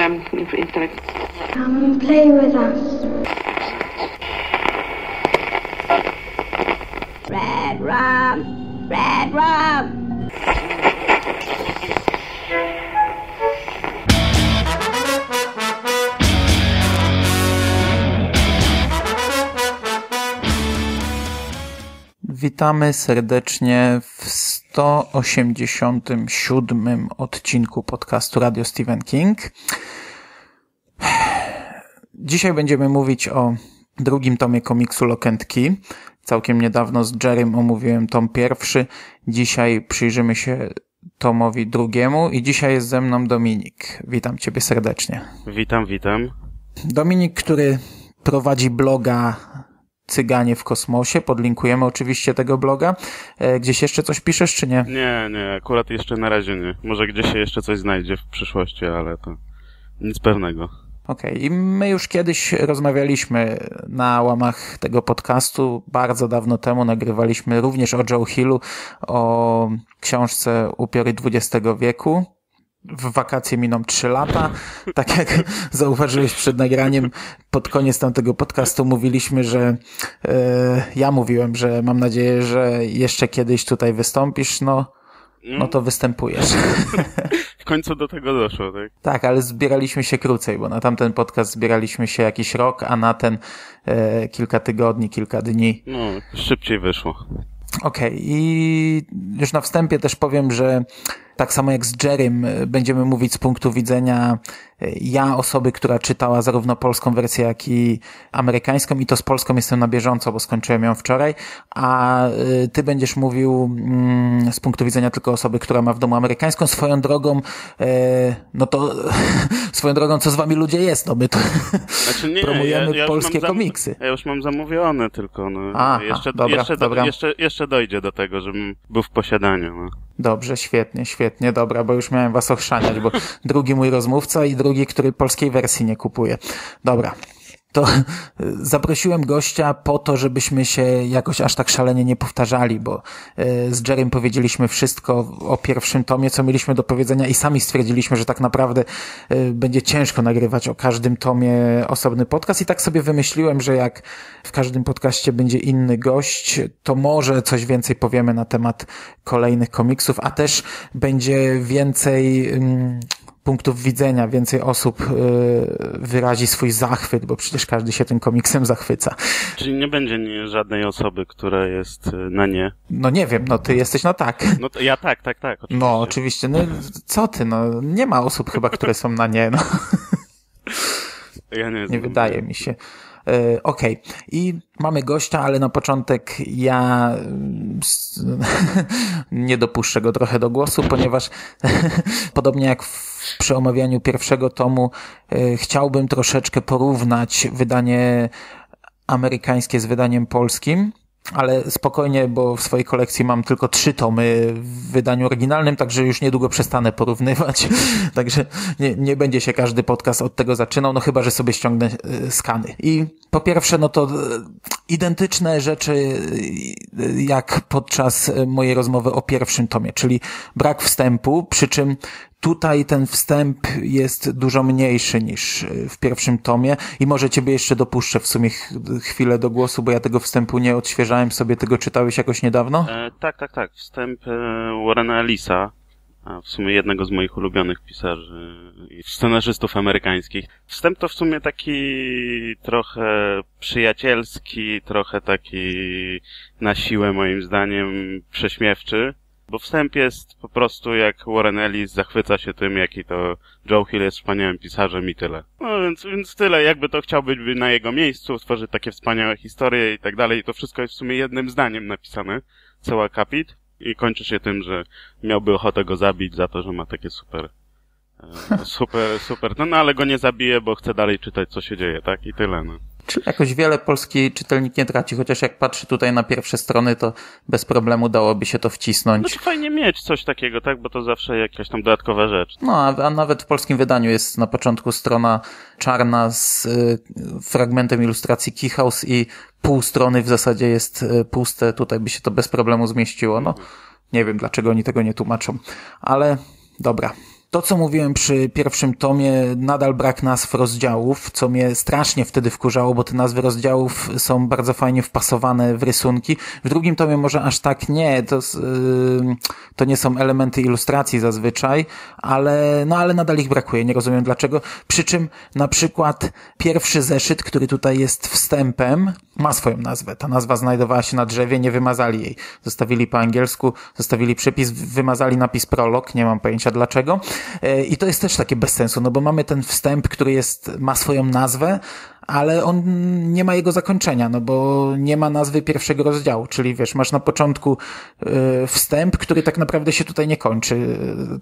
Come and play with us. Red rum, red rum. Witamy serdecznie w 187 odcinku podcastu Radio Stephen King. Dzisiaj będziemy mówić o drugim tomie komiksu Lock and Key. Całkiem niedawno z Jerrym omówiłem tom pierwszy. Dzisiaj przyjrzymy się tomowi drugiemu i dzisiaj jest ze mną Dominik. Witam Ciebie serdecznie. Witam. Dominik, który prowadzi bloga Cyganie w kosmosie. Podlinkujemy oczywiście tego bloga. Gdzieś jeszcze coś piszesz, czy nie? Nie, akurat jeszcze na razie nie. Może gdzieś się jeszcze coś znajdzie w przyszłości, ale to nic pewnego. Okej. I my już kiedyś rozmawialiśmy na łamach tego podcastu, bardzo dawno temu nagrywaliśmy również o Joe Hillu, o książce Upiory XX wieku. W wakacje miną 3 lata. Tak jak zauważyłeś przed nagraniem, pod koniec tamtego podcastu mówiliśmy, że ja mówiłem, że mam nadzieję, że jeszcze kiedyś tutaj wystąpisz, no to występujesz. W końcu do tego doszło, tak? Tak, ale zbieraliśmy się krócej, bo na tamten podcast zbieraliśmy się jakiś rok, a na ten kilka tygodni, kilka dni. No, szybciej wyszło. Okej, i już na wstępie też powiem, że tak samo jak z Jerrym będziemy mówić z punktu widzenia osoby, która czytała zarówno polską wersję, jak i amerykańską, i to z polską jestem na bieżąco, bo skończyłem ją wczoraj, a ty będziesz mówił z punktu widzenia tylko osoby, która ma w domu amerykańską. Swoją drogą, co z wami ludzie jest, no my to promujemy polskie komiksy. Ja już mam zamówione tylko, no. Aha, dobra. Jeszcze dojdzie do tego, żebym był w posiadaniu, no. Dobrze, świetnie, dobra, bo już miałem was ochrzaniać, bo drugi mój rozmówca i drugi, który polskiej wersji nie kupuje. Dobra. To zaprosiłem gościa po to, żebyśmy się jakoś aż tak szalenie nie powtarzali, bo z Jerrym powiedzieliśmy wszystko o pierwszym tomie, co mieliśmy do powiedzenia, i sami stwierdziliśmy, że tak naprawdę będzie ciężko nagrywać o każdym tomie osobny podcast, i tak sobie wymyśliłem, że jak w każdym podcaście będzie inny gość, to może coś więcej powiemy na temat kolejnych komiksów, a też będzie więcej punktów widzenia, więcej osób wyrazi swój zachwyt, bo przecież każdy się tym komiksem zachwyca. Czyli nie będzie żadnej osoby, która jest na nie? No nie wiem, no ty jesteś na tak. No to ja tak, oczywiście. No oczywiście, no co ty, no nie ma osób chyba, które są na nie, no. Ja nie wydaje mi się. Okej. I mamy gościa, ale na początek ja nie dopuszczę go trochę do głosu, ponieważ podobnie jak przy omawianiu pierwszego tomu chciałbym troszeczkę porównać wydanie amerykańskie z wydaniem polskim, ale spokojnie, bo w swojej kolekcji mam tylko 3 tomy w wydaniu oryginalnym, także już niedługo przestanę porównywać. Także nie będzie się każdy podcast od tego zaczynał, no chyba że sobie ściągnę skany. I po pierwsze, no to identyczne rzeczy jak podczas mojej rozmowy o pierwszym tomie, czyli brak wstępu, przy czym tutaj ten wstęp jest dużo mniejszy niż w pierwszym tomie i może ciebie jeszcze dopuszczę w sumie chwilę do głosu, bo ja tego wstępu nie odświeżałem sobie. Tego czytałeś jakoś niedawno? Tak. Wstęp Warrena Ellisa, w sumie jednego z moich ulubionych pisarzy i scenarzystów amerykańskich. Wstęp to w sumie taki trochę przyjacielski, trochę taki na siłę moim zdaniem prześmiewczy. Bo wstęp jest po prostu jak Warren Ellis zachwyca się tym, jaki to Joe Hill jest wspaniałym pisarzem i tyle. No więc tyle, jakby to chciał być na jego miejscu, stworzyć takie wspaniałe historie i tak dalej. I to wszystko jest w sumie jednym zdaniem napisane, cały akapit. I kończy się tym, że miałby ochotę go zabić za to, że ma takie super, no ale go nie zabije, bo chce dalej czytać, co się dzieje, tak? I tyle, no. Czyli jakoś wiele polski czytelnik nie traci, chociaż jak patrzy tutaj na pierwsze strony, to bez problemu dałoby się to wcisnąć. No to fajnie mieć coś takiego, tak? Bo to zawsze jakaś tam dodatkowa rzecz. No, a nawet w polskim wydaniu jest na początku strona czarna z fragmentem ilustracji Keyhouse i pół strony w zasadzie jest puste. Tutaj by się to bez problemu zmieściło. No, nie wiem, dlaczego oni tego nie tłumaczą. Ale dobra. To, co mówiłem przy pierwszym tomie, nadal brak nazw rozdziałów, co mnie strasznie wtedy wkurzało, bo te nazwy rozdziałów są bardzo fajnie wpasowane w rysunki. W drugim tomie może aż tak nie, to nie są elementy ilustracji zazwyczaj, ale nadal ich brakuje, nie rozumiem dlaczego. Przy czym na przykład pierwszy zeszyt, który tutaj jest wstępem, ma swoją nazwę. Ta nazwa znajdowała się na drzewie, nie wymazali jej. Zostawili po angielsku, zostawili przepis, wymazali napis prolog, nie mam pojęcia dlaczego. I to jest też takie bez sensu, no bo mamy ten wstęp, który ma swoją nazwę, ale on nie ma jego zakończenia, no bo nie ma nazwy pierwszego rozdziału, czyli wiesz, masz na początku wstęp, który tak naprawdę się tutaj nie kończy.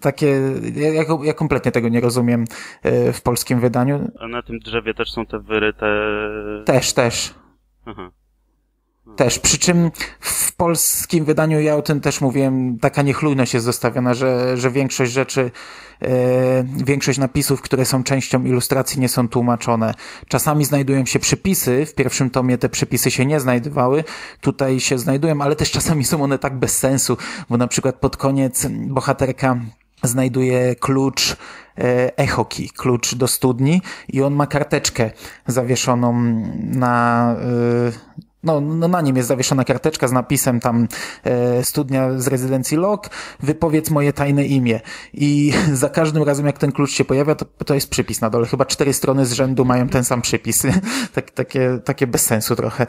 Ja kompletnie tego nie rozumiem w polskim wydaniu. A na tym drzewie też są te wyryte... Też. Aha. Też, przy czym w polskim wydaniu, ja o tym też mówiłem, taka niechlujność jest zostawiona, że większość rzeczy, większość napisów, które są częścią ilustracji, nie są tłumaczone. Czasami znajdują się przypisy, w pierwszym tomie te przypisy się nie znajdowały, tutaj się znajdują, ale też czasami są one tak bez sensu, bo na przykład pod koniec bohaterka znajduje klucz echo key, klucz do studni i on ma karteczkę zawieszoną na... No, na nim jest zawieszona karteczka z napisem tam studnia z rezydencji Locke, wypowiedz moje tajne imię. I za każdym razem, jak ten klucz się pojawia, to jest przypis na dole. Chyba 4 strony z rzędu mają ten sam przypis. Takie bez sensu trochę.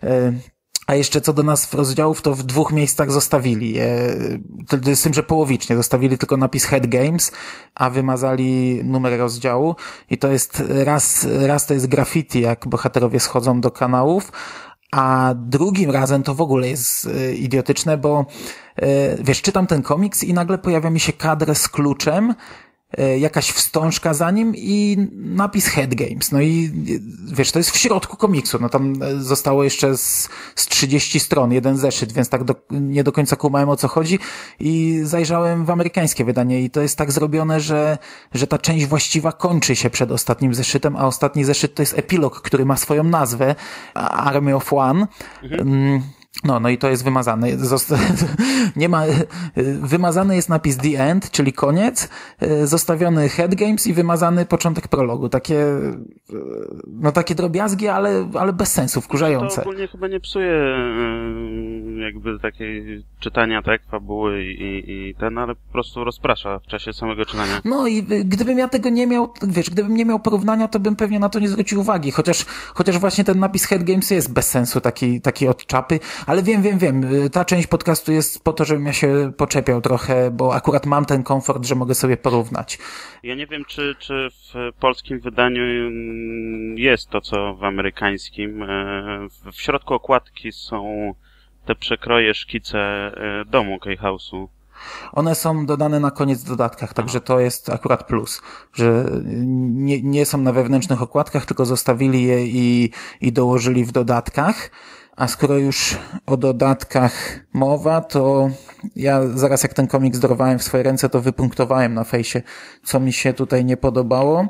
A jeszcze co do nazw rozdziałów, to w 2 miejscach zostawili z tym, że połowicznie zostawili tylko napis Head Games, a wymazali numer rozdziału. I to jest raz to jest graffiti, jak bohaterowie schodzą do kanałów, a drugim razem to w ogóle jest idiotyczne, bo wiesz, czytam ten komiks i nagle pojawia mi się kadr z kluczem, jakaś wstążka za nim i napis Head Games. No i wiesz, to jest w środku komiksu. No tam zostało jeszcze z 30 stron, jeden zeszyt, więc tak nie do końca kumałem, o co chodzi i zajrzałem w amerykańskie wydanie i to jest tak zrobione, że ta część właściwa kończy się przed ostatnim zeszytem, a ostatni zeszyt to jest epilog, który ma swoją nazwę, Army of One. No i to jest wymazane. Nie ma, wymazany jest napis The End, czyli koniec, zostawiony Head Games i wymazany początek prologu. Takie drobiazgi, ale bez sensu, wkurzające. To ogólnie chyba nie psuje jakby takiej czytania, tak, fabuły i ale po prostu rozprasza w czasie samego czytania. No i gdybym ja tego nie miał, wiesz, gdybym nie miał porównania, to bym pewnie na to nie zwrócił uwagi, chociaż właśnie ten napis Head Games jest bez sensu, taki od czapy, ale wiem, ta część podcastu jest po to, żebym ja się poczepiał trochę, bo akurat mam ten komfort, że mogę sobie porównać. Ja nie wiem, czy w polskim wydaniu jest to, co w amerykańskim. W środku okładki są te przekroje, szkice domu Kay House'u. One są dodane na koniec w dodatkach, także to jest akurat plus, że nie są na wewnętrznych okładkach, tylko zostawili je i dołożyli w dodatkach. A skoro już o dodatkach mowa, to ja zaraz jak ten komiks dorwałem w swoje ręce, to wypunktowałem na fejsie, co mi się tutaj nie podobało.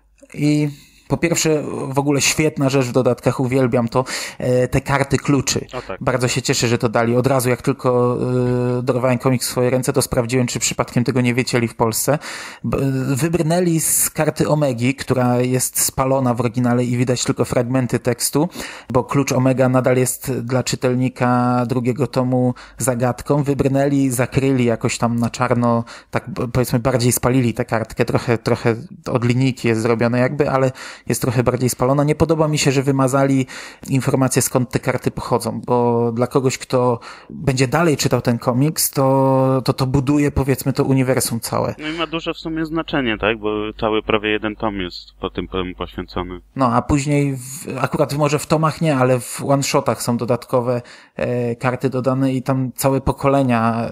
I po pierwsze, w ogóle świetna rzecz w dodatkach, uwielbiam to, te karty kluczy. Tak. Bardzo się cieszę, że to dali. Od razu jak tylko dorwałem komiks w swoje ręce, to sprawdziłem, czy przypadkiem tego nie wiedzieli w Polsce. Wybrnęli z karty Omegi, która jest spalona w oryginale i widać tylko fragmenty tekstu, bo klucz Omega nadal jest dla czytelnika drugiego tomu zagadką. Wybrnęli, zakryli jakoś tam na czarno, tak powiedzmy bardziej spalili tę kartkę, trochę od linijki jest zrobione jakby, ale jest trochę bardziej spalona. Nie podoba mi się, że wymazali informacje, skąd te karty pochodzą, bo dla kogoś, kto będzie dalej czytał ten komiks, to buduje, powiedzmy, to uniwersum całe. No i ma duże w sumie znaczenie, tak? Bo cały prawie jeden tom jest po tym poświęcony. No, a później, akurat może w tomach nie, ale w one-shotach są dodatkowe karty dodane i tam całe pokolenia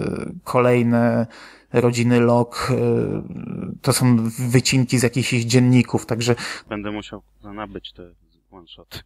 kolejne rodziny Locke, to są wycinki z jakichś dzienników, także... Będę musiał nabyć te one-shoty.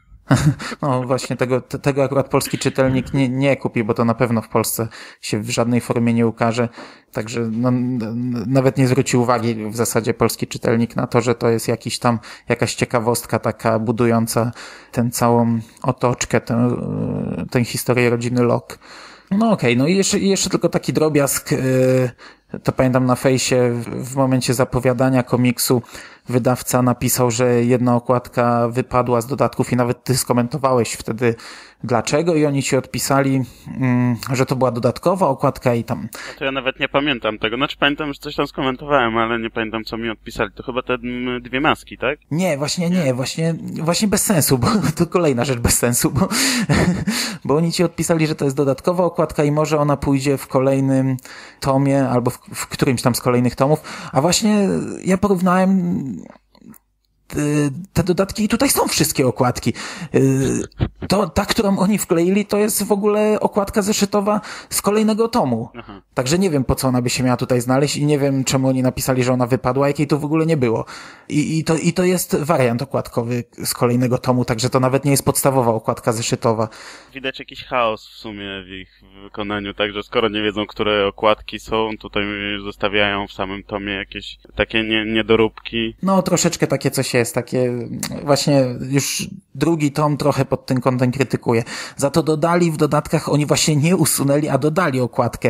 No właśnie, tego akurat polski czytelnik nie kupi, bo to na pewno w Polsce się w żadnej formie nie ukaże, także nawet nie zwróci uwagi w zasadzie polski czytelnik na to, że to jest jakaś ciekawostka taka budująca tę całą otoczkę, tę historię rodziny Locke. No okej, no i jeszcze tylko taki drobiazg, to pamiętam na fejsie w momencie zapowiadania komiksu wydawca napisał, że jedna okładka wypadła z dodatków i nawet ty skomentowałeś wtedy dlaczego i oni ci odpisali, że to była dodatkowa okładka i tam... No to ja nawet nie pamiętam tego. Znaczy pamiętam, że coś tam skomentowałem, ale nie pamiętam, co mi odpisali. To chyba te dwie maski, tak? Nie, właśnie bez sensu, bo to kolejna rzecz bez sensu, bo oni ci odpisali, że to jest dodatkowa okładka i może ona pójdzie w kolejnym tomie albo w którymś tam z kolejnych tomów, a właśnie ja porównałem te dodatki i tutaj są wszystkie okładki. Ta, którą oni wkleili, to jest w ogóle okładka zeszytowa z kolejnego tomu. Aha. Także nie wiem, po co ona by się miała tutaj znaleźć i nie wiem, czemu oni napisali, że ona wypadła, jakiej to w ogóle nie było. I to jest wariant okładkowy z kolejnego tomu, także to nawet nie jest podstawowa okładka zeszytowa. Widać jakiś chaos w sumie w ich wykonaniu, także skoro nie wiedzą, które okładki są, tutaj zostawiają w samym tomie jakieś takie niedoróbki. No, troszeczkę takie coś jest, takie właśnie już drugi tom trochę pod tym kątem krytykuje. Za to dodali w dodatkach, oni właśnie nie usunęli, a dodali okładkę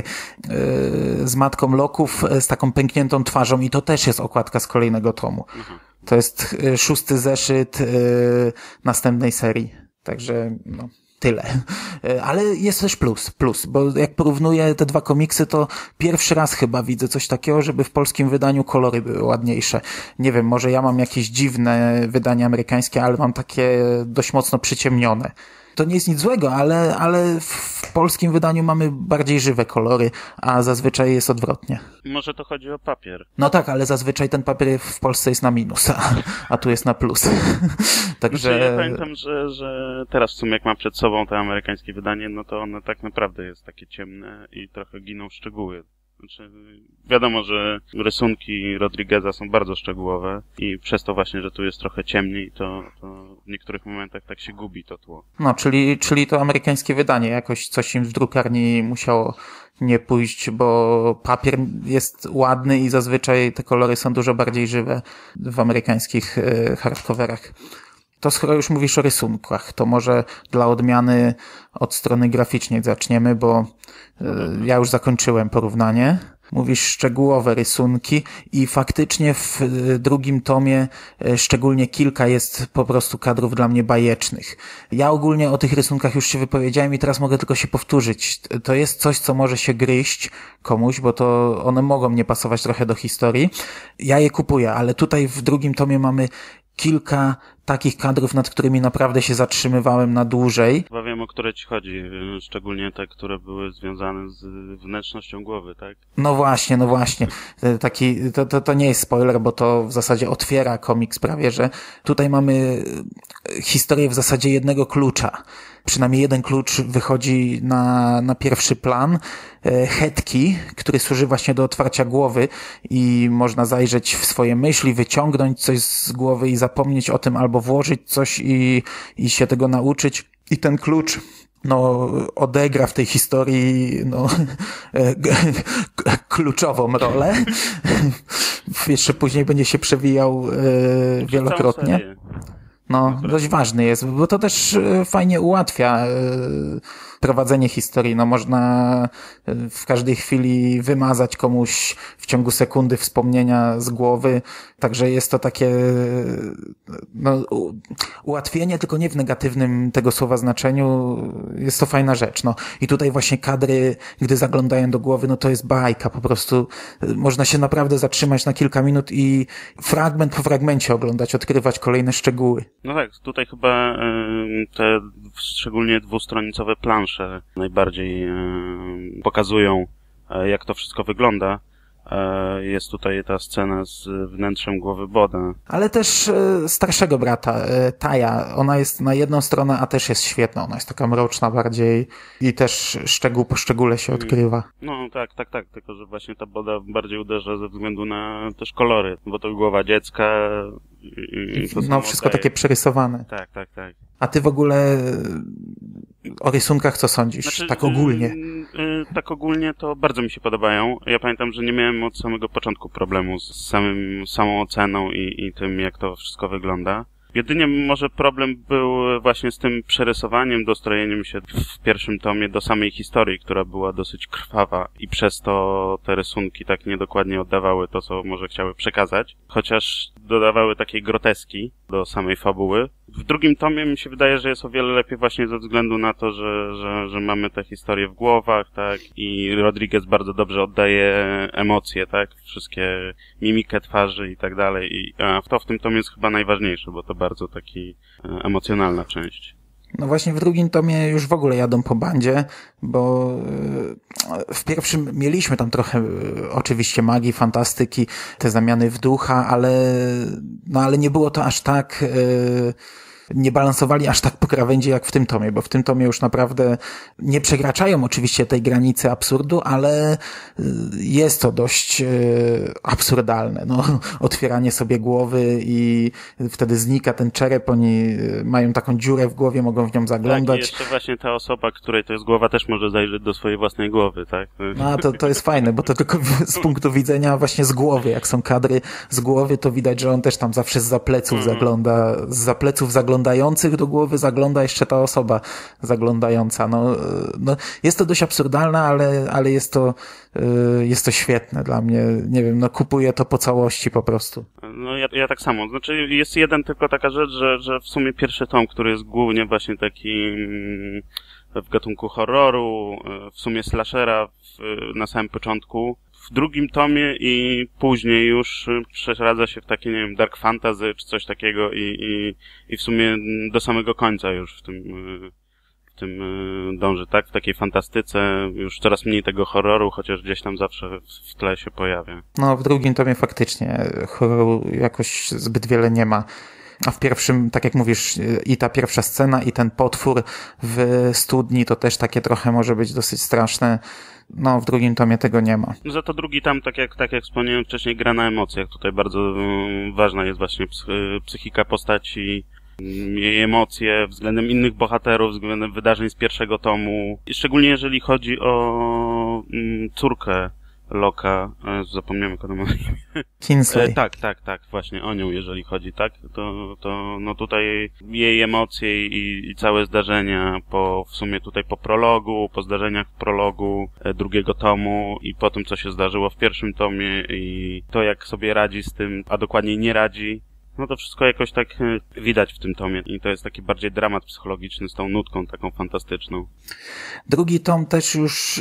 z matką Loków z taką pękniętą twarzą i to też jest okładka z kolejnego tomu. Mhm. To jest 6. zeszyt następnej serii. Także no tyle. Ale jest też plus, bo jak porównuję te dwa komiksy, to pierwszy raz chyba widzę coś takiego, żeby w polskim wydaniu kolory były ładniejsze. Nie wiem, może ja mam jakieś dziwne wydanie amerykańskie, ale mam takie dość mocno przyciemnione. To nie jest nic złego, ale w polskim wydaniu mamy bardziej żywe kolory, a zazwyczaj jest odwrotnie. Może to chodzi o papier. No tak, ale zazwyczaj ten papier w Polsce jest na minus, a tu jest na plus. Także... Znaczy, ja pamiętam, że teraz w sumie jak mam przed sobą to amerykańskie wydanie, no to one tak naprawdę jest takie ciemne i trochę giną szczegóły. Znaczy, wiadomo, że rysunki Rodrigueza są bardzo szczegółowe i przez to właśnie, że tu jest trochę ciemniej, to w niektórych momentach tak się gubi to tło. No, czyli to amerykańskie wydanie, jakoś coś im w drukarni musiało nie pójść, bo papier jest ładny i zazwyczaj te kolory są dużo bardziej żywe w amerykańskich hardcoverach. To skoro już mówisz o rysunkach, to może dla odmiany od strony graficznej zaczniemy, bo ja już zakończyłem porównanie. Mówisz szczegółowe rysunki i faktycznie w drugim tomie szczególnie kilka jest po prostu kadrów dla mnie bajecznych. Ja ogólnie o tych rysunkach już się wypowiedziałem i teraz mogę tylko się powtórzyć. To jest coś, co może się gryźć komuś, bo to one mogą nie pasować trochę do historii. Ja je kupuję, ale tutaj w drugim tomie mamy kilka takich kadrów, nad którymi naprawdę się zatrzymywałem na dłużej. Chyba wiem, o które ci chodzi, szczególnie te, które były związane z wnętrznością głowy, tak? No właśnie. To nie jest spoiler, bo to w zasadzie otwiera komiks prawie, że tutaj mamy historię w zasadzie jednego klucza. Przynajmniej jeden klucz wychodzi na pierwszy plan. Hetki, który służy właśnie do otwarcia głowy i można zajrzeć w swoje myśli, wyciągnąć coś z głowy i zapomnieć o tym albo włożyć coś i się tego nauczyć. I ten klucz odegra w tej historii kluczową rolę. Jeszcze później będzie się przewijał wielokrotnie. No, dość ważny jest, bo to też fajnie ułatwia prowadzenie historii. No, można w każdej chwili wymazać komuś w ciągu sekundy wspomnienia z głowy, także jest to takie ułatwienie, tylko nie w negatywnym tego słowa znaczeniu. Jest to fajna rzecz. No. I tutaj właśnie kadry, gdy zaglądają do głowy, no to jest bajka, po prostu można się naprawdę zatrzymać na kilka minut i fragment po fragmencie oglądać, odkrywać kolejne szczegóły. No tak, tutaj chyba te szczególnie dwustronicowe plansze najbardziej pokazują, jak to wszystko wygląda. Jest tutaj ta scena z wnętrzem głowy Boda. Ale też starszego brata, Taja, ona jest na jedną stronę, a też jest świetna. Ona jest taka mroczna bardziej i też szczegół po szczególe się odkrywa. No tak, tylko że właśnie ta Boda bardziej uderza ze względu na też kolory, bo to głowa dziecka i to no wszystko takie przerysowane. Tak. A ty w ogóle o rysunkach co sądzisz? Znaczy, tak ogólnie? Tak ogólnie to bardzo mi się podobają. Ja pamiętam, że nie miałem od samego początku problemu z samą oceną i tym, jak to wszystko wygląda. Jedynie może problem był właśnie z tym przerysowaniem, dostrojeniem się w pierwszym tomie do samej historii, która była dosyć krwawa i przez to te rysunki tak niedokładnie oddawały to, co może chciały przekazać, chociaż dodawały takiej groteski do samej fabuły. W drugim tomie mi się wydaje, że jest o wiele lepiej właśnie ze względu na to, że mamy te historie w głowach, tak, i Rodriguez bardzo dobrze oddaje emocje, tak, wszystkie mimikę twarzy i tak dalej, a to w tym tomie jest chyba najważniejsze, bo to bardzo taki emocjonalna część. No właśnie w drugim tomie już w ogóle jadą po bandzie, bo w pierwszym mieliśmy tam trochę oczywiście magii, fantastyki, te zamiany w ducha, ale nie było to aż tak... nie balansowali aż tak po krawędzi jak w tym tomie, bo w tym tomie już naprawdę nie przekraczają oczywiście tej granicy absurdu, ale jest to dość absurdalne. No, otwieranie sobie głowy i wtedy znika ten czerep, oni mają taką dziurę w głowie, mogą w nią zaglądać. Tak, i jeszcze właśnie ta osoba, której to jest głowa, też może zajrzeć do swojej własnej głowy, tak? No, to jest fajne, bo to tylko z punktu widzenia właśnie z głowy. Jak są kadry z głowy, to widać, że on też tam zawsze zza pleców zagląda, zza pleców zaglądających do głowy zagląda jeszcze ta osoba zaglądająca. No, jest to dość absurdalne, ale jest to świetne dla mnie. Nie wiem, no kupuję to po całości po prostu. No ja tak samo. Znaczy jest jeden tylko taka rzecz, że w sumie pierwszy tom, który jest głównie właśnie taki w gatunku horroru, w sumie slashera na samym początku, w drugim tomie i później już przeradza się w takie, nie wiem, dark fantasy czy coś takiego i w sumie do samego końca już w tym dąży, tak? W takiej fantastyce już coraz mniej tego horroru, chociaż gdzieś tam zawsze w tle się pojawia. No, w drugim tomie faktycznie horroru jakoś zbyt wiele nie ma. A w pierwszym, tak jak mówisz, i ta pierwsza scena, i ten potwór w studni, to też takie trochę może być dosyć straszne. No, w drugim tomie tego nie ma. Za to drugi tam, tak jak wspomniałem wcześniej, gra na emocjach. Tutaj bardzo ważna jest właśnie psychika postaci, jej emocje względem innych bohaterów, względem wydarzeń z pierwszego tomu. I szczególnie jeżeli chodzi o córkę Locke'a, zapomniałem jak ona ma imię. Kingsley. Tak, właśnie o nią jeżeli chodzi, tak, to no tutaj jej emocje i całe zdarzenia w sumie tutaj po prologu, po zdarzeniach w prologu drugiego tomu i po tym, co się zdarzyło w pierwszym tomie i to, jak sobie radzi z tym, a dokładniej nie radzi, no to wszystko jakoś tak widać w tym tomie i to jest taki bardziej dramat psychologiczny z tą nutką taką fantastyczną. Drugi tom też już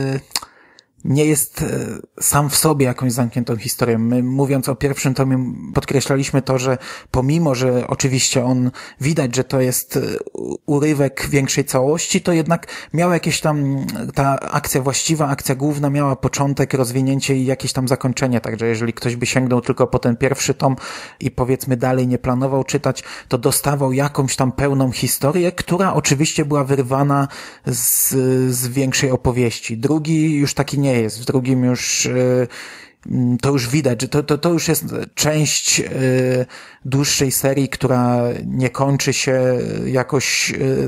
nie jest sam w sobie jakąś zamkniętą historią. My, mówiąc o pierwszym tomie, podkreślaliśmy to, że pomimo, że oczywiście on widać, że to jest urywek większej całości, to jednak miała jakieś tam, ta akcja właściwa, akcja główna miała początek, rozwinięcie i jakieś tam zakończenie, także jeżeli ktoś by sięgnął tylko po ten pierwszy tom i powiedzmy dalej nie planował czytać, to jakąś tam pełną historię, która oczywiście była wyrwana z większej opowieści. Drugi już taki nie jest. W drugim już to już widać, że to już jest część dłuższej serii, która nie kończy się jakoś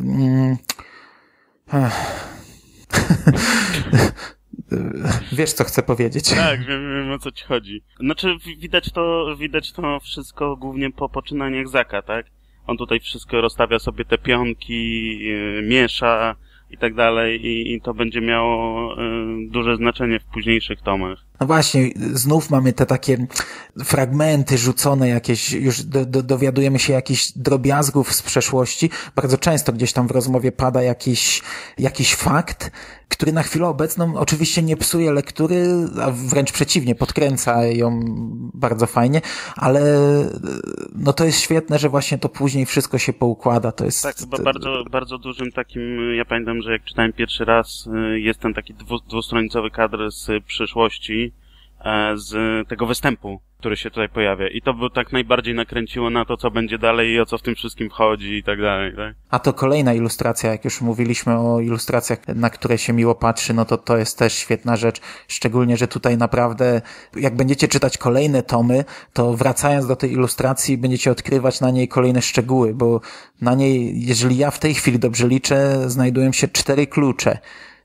wiesz, co chcę powiedzieć. Tak, wiem o co ci chodzi. Znaczy widać to wszystko głównie po poczynaniach Zaka, tak? On tutaj wszystko rozstawia sobie te pionki, miesza i tak dalej i to będzie miało duże znaczenie w późniejszych tomach. No właśnie, znów mamy te takie fragmenty rzucone jakieś, już dowiadujemy się jakichś drobiazgów z przeszłości. Bardzo często gdzieś tam w rozmowie pada jakiś fakt, który na chwilę obecną oczywiście nie psuje lektury, a wręcz przeciwnie, podkręca ją bardzo fajnie, ale no to jest świetne, że właśnie to później wszystko się poukłada. To jest... Tak, chyba bardzo, bardzo dużym takim, ja pamiętam, że jak czytałem pierwszy raz, jest ten taki dwustronicowy kadr z przyszłości, z tego występu, który się tutaj pojawia. I to by tak najbardziej nakręciło na to, co będzie dalej i o co w tym wszystkim chodzi i tak dalej, tak? A to kolejna ilustracja, jak już mówiliśmy o ilustracjach, na które się miło patrzy, no to jest też świetna rzecz. Szczególnie, że tutaj naprawdę, jak będziecie czytać kolejne tomy, to wracając do tej ilustracji, będziecie odkrywać na niej kolejne szczegóły, bo na niej, jeżeli ja w tej chwili dobrze liczę, znajdują się 4 klucze.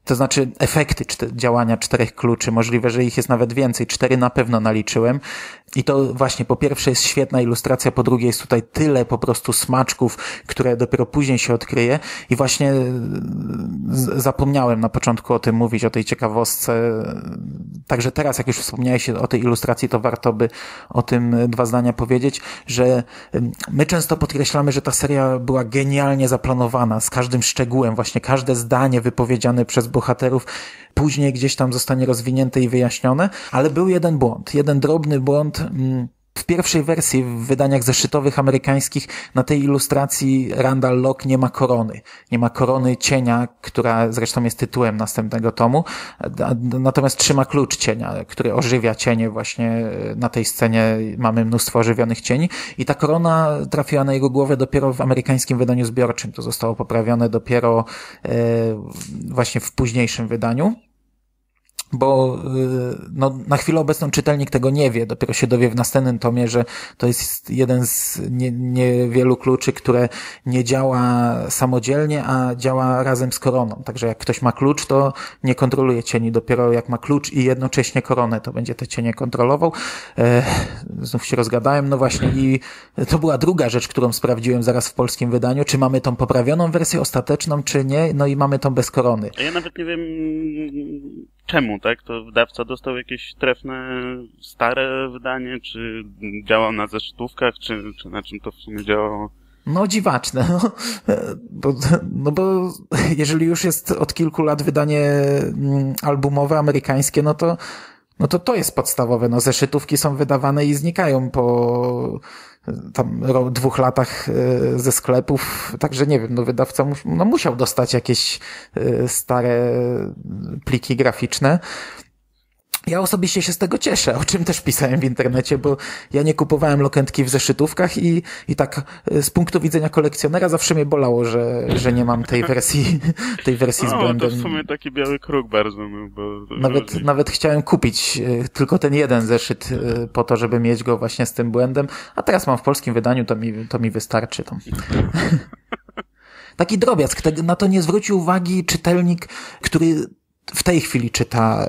To znaczy efekty działania 4 kluczy. Możliwe, że ich jest nawet więcej. 4 na pewno naliczyłem. I to właśnie po pierwsze jest świetna ilustracja, po drugie jest tutaj tyle po prostu smaczków, które dopiero później się odkryje. I właśnie zapomniałem na początku o tym mówić, o tej ciekawostce. Także teraz, jak już wspomniałeś o tej ilustracji, to warto by o tym 2 zdania powiedzieć, że my często podkreślamy, że ta seria była genialnie zaplanowana, z każdym szczegółem. Właśnie każde zdanie wypowiedziane przez bohaterów później gdzieś tam zostanie rozwinięte i wyjaśnione, ale był jeden drobny błąd. W pierwszej wersji, w wydaniach zeszytowych amerykańskich, na tej ilustracji Randall Locke nie ma korony. Nie ma korony cienia, która zresztą jest tytułem następnego tomu, natomiast trzyma klucz cienia, który ożywia cienie. Właśnie na tej scenie mamy mnóstwo ożywionych cieni i ta korona trafiła na jego głowę dopiero w amerykańskim wydaniu zbiorczym. To zostało poprawione dopiero właśnie w późniejszym wydaniu. Bo no, na chwilę obecną czytelnik tego nie wie, dopiero się dowie w następnym tomie, że to jest jeden z niewielu kluczy, które nie działa samodzielnie, a działa razem z koroną. Także jak ktoś ma klucz, to nie kontroluje cieni, dopiero jak ma klucz i jednocześnie koronę, to będzie te cienie kontrolował. Znów się rozgadałem, no właśnie, i to była druga rzecz, którą sprawdziłem zaraz w polskim wydaniu, czy mamy tą poprawioną wersję ostateczną, czy nie, no i mamy tą bez korony. A ja nawet nie wiem czemu, tak? To wydawca dostał jakieś trefne, stare wydanie, czy działał na zeszytówkach, czy na czym to w sumie działało? No dziwaczne, bo jeżeli już jest od kilku lat wydanie albumowe, amerykańskie, no to jest podstawowe. No zeszytówki są wydawane i znikają po tam 2 latach ze sklepów, także nie wiem, no wydawca musiał dostać jakieś stare pliki graficzne. Ja osobiście się z tego cieszę, o czym też pisałem w internecie, bo ja nie kupowałem Lock'n'Key w zeszytówkach i tak z punktu widzenia kolekcjonera zawsze mnie bolało, że nie mam tej wersji z błędem. To w sumie taki biały kruk bardzo, no bo... Nawet chciałem kupić tylko ten jeden zeszyt po to, żeby mieć go właśnie z tym błędem, a teraz mam w polskim wydaniu, to mi wystarczy. Taki drobiazg, na to nie zwrócił uwagi czytelnik, który w tej chwili czyta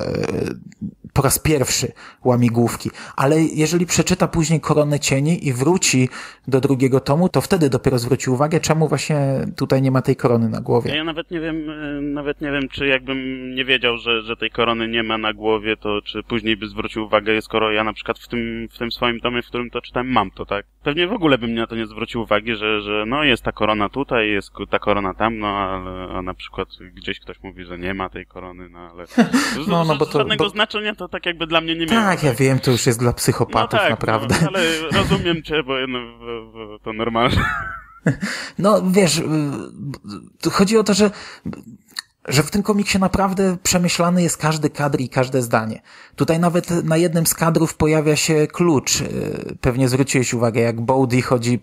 po raz pierwszy Łamigłówki, ale jeżeli przeczyta później Koronę Cieni i wróci do drugiego tomu, to wtedy dopiero zwróci uwagę, czemu właśnie tutaj nie ma tej korony na głowie. Ja nawet nie wiem, czy jakbym nie wiedział, że tej korony nie ma na głowie, to czy później by zwrócił uwagę, skoro ja na przykład w tym swoim tomie, w którym to czytałem, mam to, tak? Pewnie w ogóle bym na to nie zwrócił uwagi, że no jest ta korona tutaj, jest ta korona tam, a na przykład gdzieś ktoś mówi, że nie ma tej korony, no ale bo to żadnego znaczenia to tak jakby dla mnie nie miało. Tak, ja wiem, to już jest dla psychopatów, no tak, naprawdę. No, ale rozumiem cię, bo to normalne. No wiesz, chodzi o to, że w tym komiksie naprawdę przemyślany jest każdy kadr i każde zdanie. Tutaj nawet na jednym z kadrów pojawia się klucz. Pewnie zwróciłeś uwagę, jak Bodhi chodzi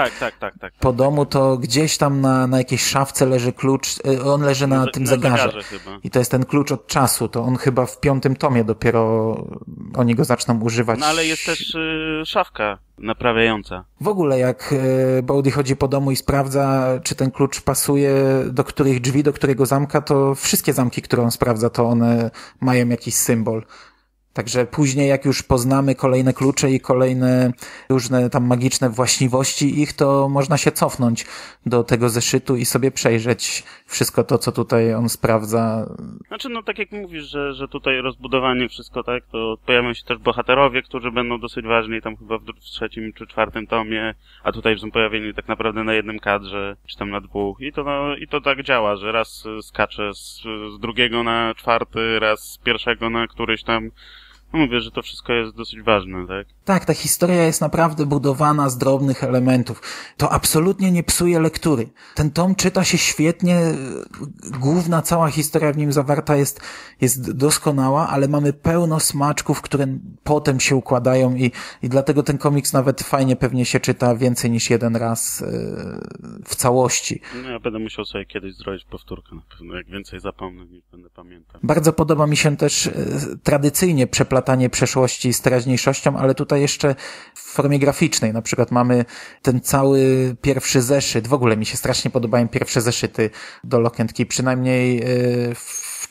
po domu, to gdzieś tam na jakiejś szafce leży klucz, on leży na tym zegarze. Chyba. I to jest ten klucz od czasu, to on chyba w 5. tomie dopiero oni go zaczną używać. No ale jest też szafka naprawiająca. W ogóle jak Bodhi chodzi po domu i sprawdza, czy ten klucz pasuje do których drzwi, do którego zamka, to wszystkie zamki, które on sprawdza, to one mają jakiś symbol. Także później, jak już poznamy kolejne klucze i kolejne różne tam magiczne właściwości ich, to można się cofnąć do tego zeszytu i sobie przejrzeć wszystko to, co tutaj on sprawdza. Znaczy, no tak jak mówisz, że tutaj rozbudowanie wszystko, tak, to pojawią się też bohaterowie, którzy będą dosyć ważni tam chyba w 3. czy 4. tomie, a tutaj są pojawieni tak naprawdę na jednym kadrze, czy tam na 2 i to tak działa, że raz skacze z 2. na 4, raz z 1. na któryś tam. Mówię, że to wszystko jest dosyć ważne, tak? Tak, ta historia jest naprawdę budowana z drobnych elementów. To absolutnie nie psuje lektury. Ten tom czyta się świetnie, główna cała historia w nim zawarta jest doskonała, ale mamy pełno smaczków, które potem się układają i dlatego ten komiks nawet fajnie pewnie się czyta więcej niż jeden raz w całości. No ja będę musiał sobie kiedyś zrobić powtórkę na pewno, jak więcej zapomnę, niż będę pamiętał. Bardzo podoba mi się też tradycyjnie przeplatanie przeszłości z teraźniejszością, ale tutaj jeszcze w formie graficznej. Na przykład mamy ten cały pierwszy zeszyt. W ogóle mi się strasznie podobają pierwsze zeszyty do Lock and Key, przynajmniej w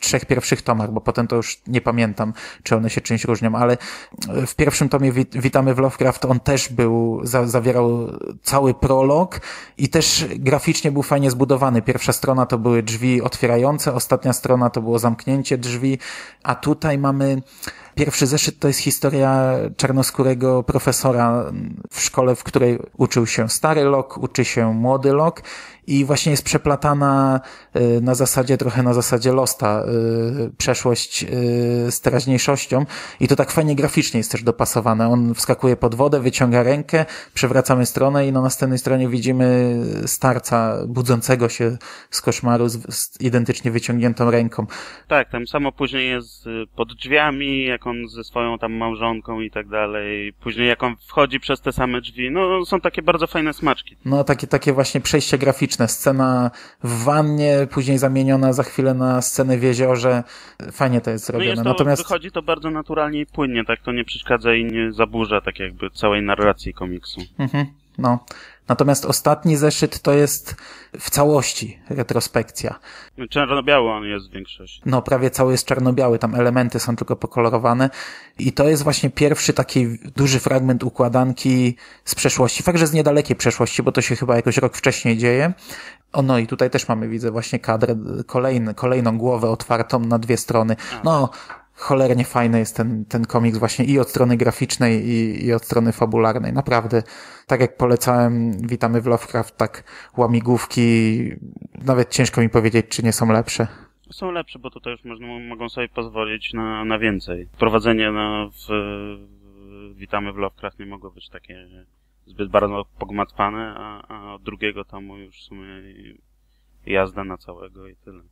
3 pierwszych tomach, bo potem to już nie pamiętam, czy one się czymś różnią, ale w pierwszym tomie Witamy w Lovecraft on też zawierał cały prolog i też graficznie był fajnie zbudowany. Pierwsza strona to były drzwi otwierające, ostatnia strona to było zamknięcie drzwi, a tutaj mamy pierwszy zeszyt, to jest historia czarnoskórego profesora w szkole, w której uczył się stary Locke, uczy się młody Locke i właśnie jest przeplatana trochę na zasadzie Losta przeszłość z teraźniejszością i to tak fajnie graficznie jest też dopasowane. On wskakuje pod wodę, wyciąga rękę, przewracamy stronę i na następnej stronie widzimy starca budzącego się z koszmaru z identycznie wyciągniętą ręką. Tak, tam samo później jest pod drzwiami, jak on ze swoją tam małżonką i tak dalej. Później jak on wchodzi przez te same drzwi. No, są takie bardzo fajne smaczki. No, takie właśnie przejście graficzne. Scena w wannie, później zamieniona za chwilę na scenę w jeziorze. Fajnie to jest zrobione. Natomiast wychodzi to bardzo naturalnie i płynnie, tak? To nie przeszkadza i nie zaburza tak jakby całej narracji komiksu. No. Natomiast ostatni zeszyt to jest w całości retrospekcja. Czarno-biały on jest w większości. No, prawie cały jest czarno-biały, tam elementy są tylko pokolorowane i to jest właśnie pierwszy taki duży fragment układanki z przeszłości. Fakt, że z niedalekiej przeszłości, bo to się chyba jakoś rok wcześniej dzieje. No i tutaj też mamy, widzę właśnie kadr, kolejną głowę otwartą na 2 strony. No, cholernie fajny jest ten komiks właśnie i od strony graficznej i od strony fabularnej. Naprawdę, tak jak polecałem Witamy w Lovecraft, tak łamigłówki, nawet ciężko mi powiedzieć, czy nie są lepsze. Są lepsze, bo tutaj już mogą sobie pozwolić na więcej. Prowadzenie w Witamy w Lovecraft nie mogło być takie zbyt bardzo pogmatwane, a od drugiego tomu już w sumie jazda na całego i tyle.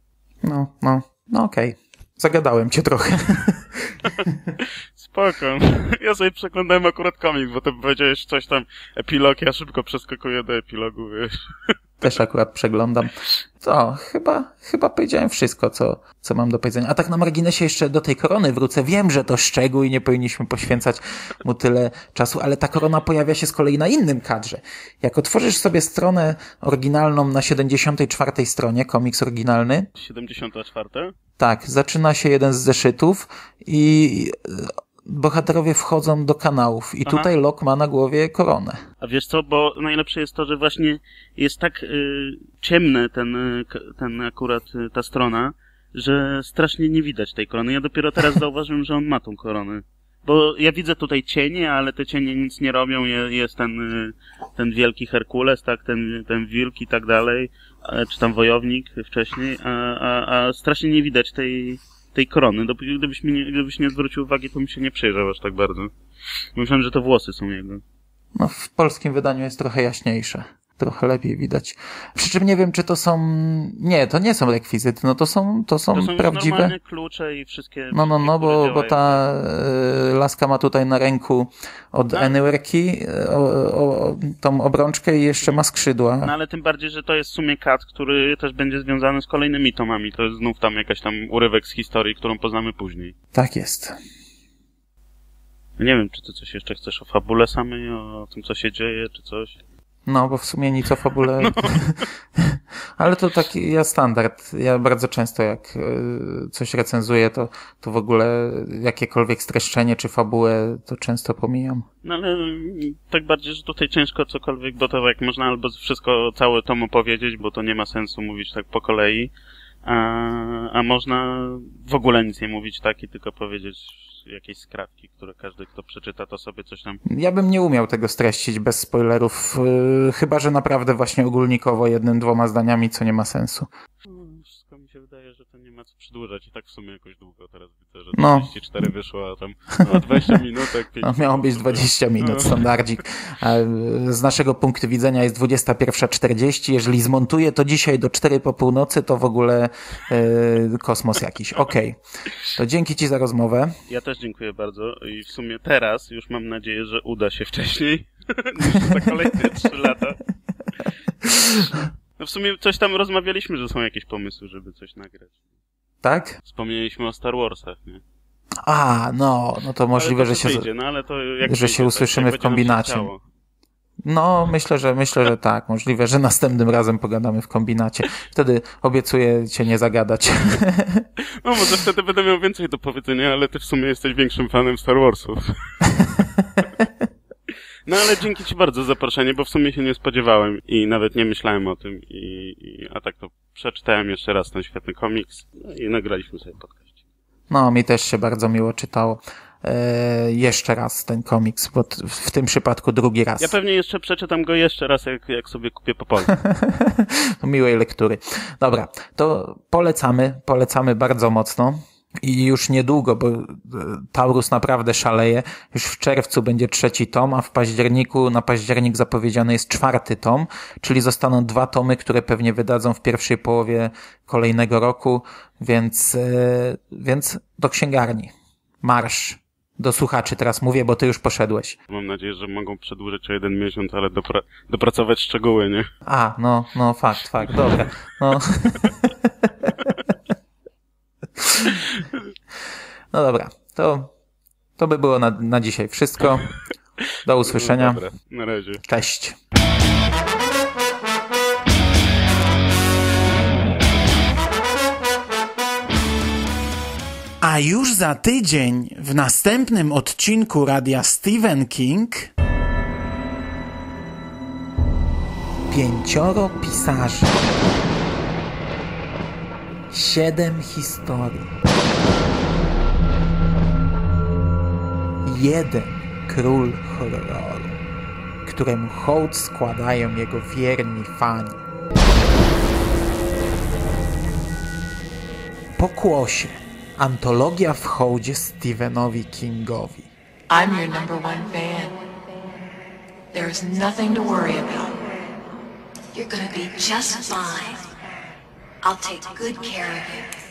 No okej. Zagadałem cię trochę. Spoko. Ja sobie przeglądałem akurat komiks, bo ty powiedziałeś coś tam, epilog, ja szybko przeskakuję do epilogu, wiesz. Też akurat przeglądam. To chyba powiedziałem wszystko, co mam do powiedzenia. A tak na marginesie jeszcze do tej korony wrócę. Wiem, że to szczegół i nie powinniśmy poświęcać mu tyle czasu, ale ta korona pojawia się z kolei na innym kadrze. Jak otworzysz sobie stronę oryginalną na 74 stronie, komiks oryginalny. 74? Tak, zaczyna się jeden z zeszytów i bohaterowie wchodzą do kanałów i tutaj Locke ma na głowie koronę. A wiesz co, bo najlepsze jest to, że właśnie jest tak ciemne ten akurat ta strona, że strasznie nie widać tej korony. Ja dopiero teraz zauważyłem, że on ma tą koronę. Bo ja widzę tutaj cienie, ale te cienie nic nie robią. Jest ten wielki Herkules, tak, ten wilk i tak dalej, czy tam wojownik wcześniej, a strasznie nie widać tej korony. Gdybyś nie zwrócił uwagi, to bym się nie przyjrzał aż tak bardzo. Myślałem, że to włosy są jego. No, w polskim wydaniu jest trochę jaśniejsze. Trochę lepiej widać. Przy czym nie wiem, czy to są... Nie, to nie są rekwizyty, no to są prawdziwe... normalne klucze i wszystkie... No, bo ta laska ma tutaj na ręku od Anywhere-ki tą obrączkę i jeszcze ma skrzydła. No ale tym bardziej, że to jest w sumie kat, który też będzie związany z kolejnymi tomami. To jest znów tam jakaś tam urywek z historii, którą poznamy później. Tak jest. Nie wiem, czy ty coś jeszcze chcesz o fabule samej, o tym, co się dzieje, czy coś? No, bo w sumie nic o fabule... No. Ale to taki standard. Ja bardzo często jak coś recenzuję, to w ogóle jakiekolwiek streszczenie czy fabułę to często pomijam. No ale tak bardziej, że tutaj ciężko cokolwiek, bo to jak można albo wszystko, całe tom opowiedzieć, bo to nie ma sensu mówić tak po kolei, a można w ogóle nic nie mówić tak i tylko powiedzieć jakieś skrawki, które każdy, kto przeczyta, to sobie coś tam... Ja bym nie umiał tego streścić bez spoilerów, chyba że naprawdę właśnie ogólnikowo 1-2 zdaniami, co nie ma sensu. Wszystko mi się wydaje, że to nie ma co przedłużać i tak w sumie jakoś długo teraz widzę, że 34 wyszło, a tam 20 minutek. Miało być 20 minut, standardzik. Z naszego punktu widzenia jest 21:40. Jeżeli zmontuję to dzisiaj do 4 po północy, to w ogóle kosmos jakiś. Okej. To dzięki ci za rozmowę. Ja też dziękuję bardzo i w sumie teraz już mam nadzieję, że uda się wcześniej niż za kolejne 3 lata. No w sumie coś tam rozmawialiśmy, że są jakieś pomysły, żeby coś nagrać. Tak? Wspomnieliśmy o Star Warsach, nie? No to możliwe, że się wyjdzie, no ale to jak że się usłyszymy w kombinacie. No, myślę, że tak. Możliwe, że następnym razem pogadamy w kombinacie. Wtedy obiecuję cię nie zagadać. No, może wtedy będę miał więcej do powiedzenia, ale ty w sumie jesteś większym fanem Star Warsów. No, ale dzięki ci bardzo za zaproszenie, bo w sumie się nie spodziewałem i nawet nie myślałem o tym. A tak to przeczytałem jeszcze raz ten świetny komiks i nagraliśmy sobie podcast. No, mi też się bardzo miło czytało. Jeszcze raz ten komiks, bo w tym przypadku drugi raz. Ja pewnie jeszcze przeczytam go jeszcze raz, jak sobie kupię po polsku. Miłej lektury. Dobra, to polecamy bardzo mocno. I już niedługo, bo Taurus naprawdę szaleje. Już w czerwcu będzie 3. tom, a na październik zapowiedziany jest 4. tom, czyli zostaną 2 tomy, które pewnie wydadzą w pierwszej połowie kolejnego roku, więc do księgarni. Marsz. Do słuchaczy teraz mówię, bo ty już poszedłeś. Mam nadzieję, że mogą przedłużyć o 1 miesiąc, ale dopracować szczegóły, nie? A, no, fakt, dobra. No. No dobra, to by było na dzisiaj wszystko. Do usłyszenia. No dobra, na razie. Cześć. A już za tydzień w następnym odcinku Radia Stephen King 5 pisarzy, 7 historii, 1 król horroru, któremu hołd składają jego wierni fani. Pokłosie. Antologia w hołdzie Stephenowi Kingowi. I'm your #1 fan. There's nothing to worry about. You're gonna be just fine. I'll take good care of you.